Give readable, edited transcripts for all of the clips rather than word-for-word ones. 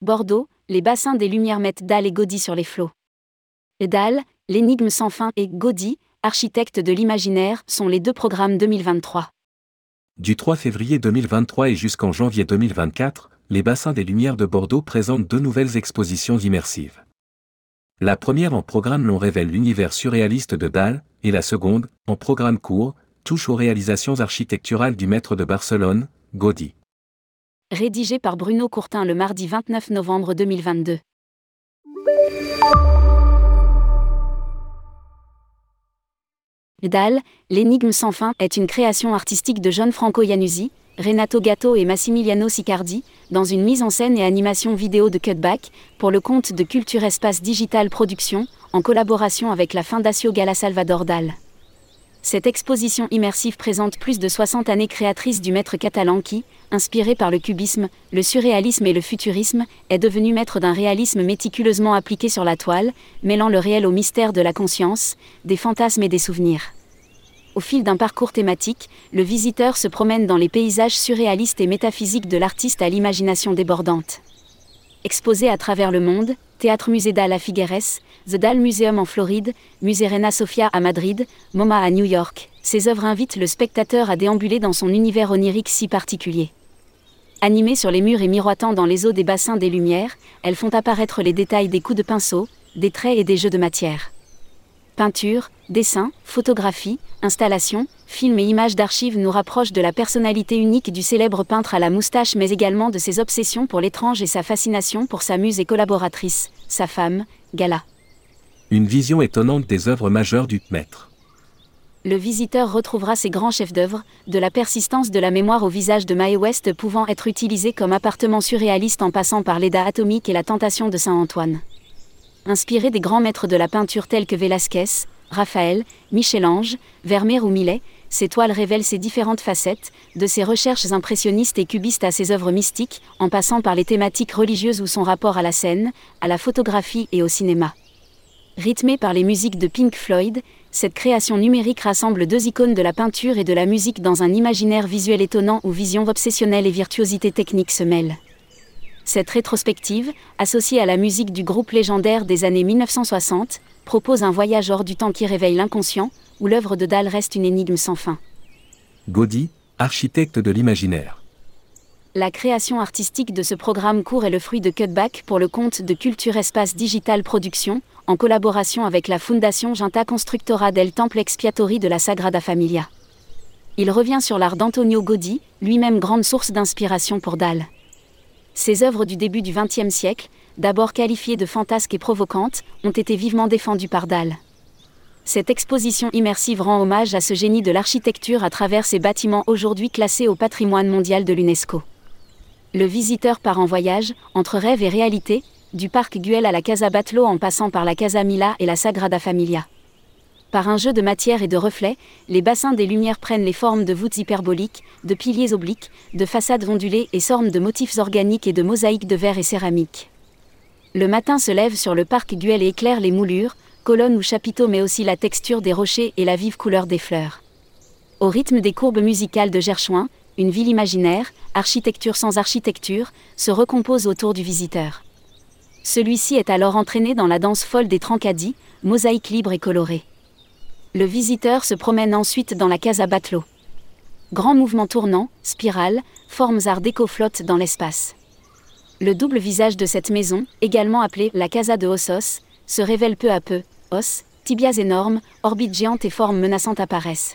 Bordeaux, les bassins des Lumières mettent Dalle et Gaudi sur les flots. Dalle, l'énigme sans fin et Gaudi, architecte de l'imaginaire, sont les deux programmes 2023. Du 3 février 2023 et jusqu'en janvier 2024, les bassins des Lumières de Bordeaux présentent deux nouvelles expositions immersives. La première en programme long révèle l'univers surréaliste de Dalle, et la seconde, en programme court, touche aux réalisations architecturales du maître de Barcelone, Gaudi. Rédigé par Bruno Courtin le mardi 29 novembre 2022. Dalle, l'énigme sans fin, est une création artistique de Gianfranco Iannuzzi, Renato Gatto et Massimiliano Sicardi, dans une mise en scène et animation vidéo de Cutback, pour le compte de Culture Espace Digital Production, en collaboration avec la Fundació Gala Salvador Dalle. Cette exposition immersive présente plus de 60 années créatrices du maître catalan qui, inspiré par le cubisme, le surréalisme et le futurisme, est devenu maître d'un réalisme méticuleusement appliqué sur la toile, mêlant le réel au mystère de la conscience, des fantasmes et des souvenirs. Au fil d'un parcours thématique, le visiteur se promène dans les paysages surréalistes et métaphysiques de l'artiste à l'imagination débordante. Exposé à travers le monde, Théâtre Musée Dalle à Figueres, The Dalle Museum en Floride, Musée Reina Sofia à Madrid, MoMA à New York, ces œuvres invitent le spectateur à déambuler dans son univers onirique si particulier. Animées sur les murs et miroitant dans les eaux des bassins des Lumières, elles font apparaître les détails des coups de pinceau, des traits et des jeux de matière. Peinture, dessin, photographie, installation, films et images d'archives nous rapprochent de la personnalité unique du célèbre peintre à la moustache mais également de ses obsessions pour l'étrange et sa fascination pour sa muse et collaboratrice, sa femme, Gala. Une vision étonnante des œuvres majeures du maître. Le visiteur retrouvera ses grands chefs-d'œuvre, de la persistance de la mémoire au visage de Mae West pouvant être utilisé comme appartement surréaliste en passant par l'Eda atomique et la tentation de Saint-Antoine. Inspiré des grands maîtres de la peinture tels que Velázquez, Raphaël, Michel-Ange, Vermeer ou Millet, ces toiles révèlent ses différentes facettes, de ses recherches impressionnistes et cubistes à ses œuvres mystiques, en passant par les thématiques religieuses ou son rapport à la scène, à la photographie et au cinéma. Rythmée par les musiques de Pink Floyd, cette création numérique rassemble deux icônes de la peinture et de la musique dans un imaginaire visuel étonnant où vision obsessionnelle et virtuosité technique se mêlent. Cette rétrospective, associée à la musique du groupe légendaire des années 1960, propose un voyage hors du temps qui réveille l'inconscient, où l'œuvre de Dalle reste une énigme sans fin. Gaudi, architecte de l'imaginaire. La création artistique de ce programme court est le fruit de Cutback pour le compte de Culture Espace Digital Production, en collaboration avec la Fundación Junta Constructora del Temple Expiatori de la Sagrada Familia. Il revient sur l'art d'Antonio Gaudi, lui-même grande source d'inspiration pour Dalle. Ces œuvres du début du XXe siècle, d'abord qualifiées de fantasques et provocantes, ont été vivement défendues par Dalle. Cette exposition immersive rend hommage à ce génie de l'architecture à travers ces bâtiments aujourd'hui classés au patrimoine mondial de l'UNESCO. Le visiteur part en voyage, entre rêve et réalité, du parc Güell à la Casa Batlló en passant par la Casa Milà et la Sagrada Familia. Par un jeu de matière et de reflets, les bassins des Lumières prennent les formes de voûtes hyperboliques, de piliers obliques, de façades ondulées et s'ornent de motifs organiques et de mosaïques de verre et céramique. Le matin se lève sur le parc Güell et éclaire les moulures, colonnes ou chapiteaux mais aussi la texture des rochers et la vive couleur des fleurs. Au rythme des courbes musicales de Gershwin, une ville imaginaire, architecture sans architecture, se recompose autour du visiteur. Celui-ci est alors entraîné dans la danse folle des Trancadis, mosaïques libres et colorées. Le visiteur se promène ensuite dans la Casa Batlló. Grand mouvement tournant, spirale, formes art déco flottent dans l'espace. Le double visage de cette maison, également appelée la Casa de Ossos, se révèle peu à peu. Os, tibias énormes, orbites géantes et formes menaçantes apparaissent.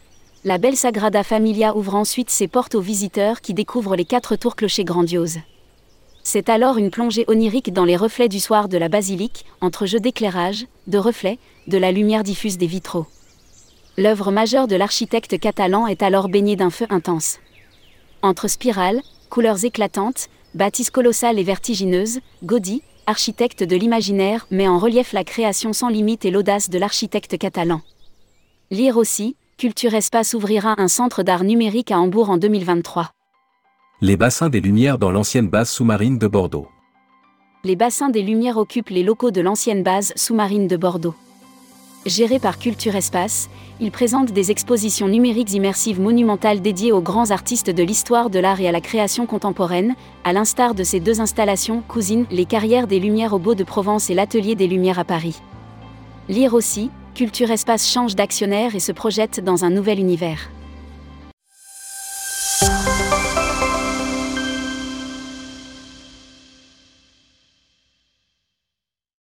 La belle Sagrada Familia ouvre ensuite ses portes aux visiteurs qui découvrent les 4 tours clochers grandioses. C'est alors une plongée onirique dans les reflets du soir de la basilique, entre jeux d'éclairage, de reflets, de la lumière diffuse des vitraux. L'œuvre majeure de l'architecte catalan est alors baignée d'un feu intense. Entre spirales, couleurs éclatantes, bâtisses colossales et vertigineuses, Gaudi, architecte de l'imaginaire, met en relief la création sans limite et l'audace de l'architecte catalan. Lire aussi, Culture Espace ouvrira un centre d'art numérique à Hambourg en 2023. Les bassins des Lumières dans l'ancienne base sous-marine de Bordeaux. Les bassins des Lumières occupent les locaux de l'ancienne base sous-marine de Bordeaux. Géré par Culture Espace, il présente des expositions numériques immersives monumentales dédiées aux grands artistes de l'histoire de l'art et à la création contemporaine, à l'instar de ses 2 installations cousines, les Carrières des Lumières au Beau de Provence et l'Atelier des Lumières à Paris. Lire aussi, Culture Espace change d'actionnaire et se projette dans un nouvel univers.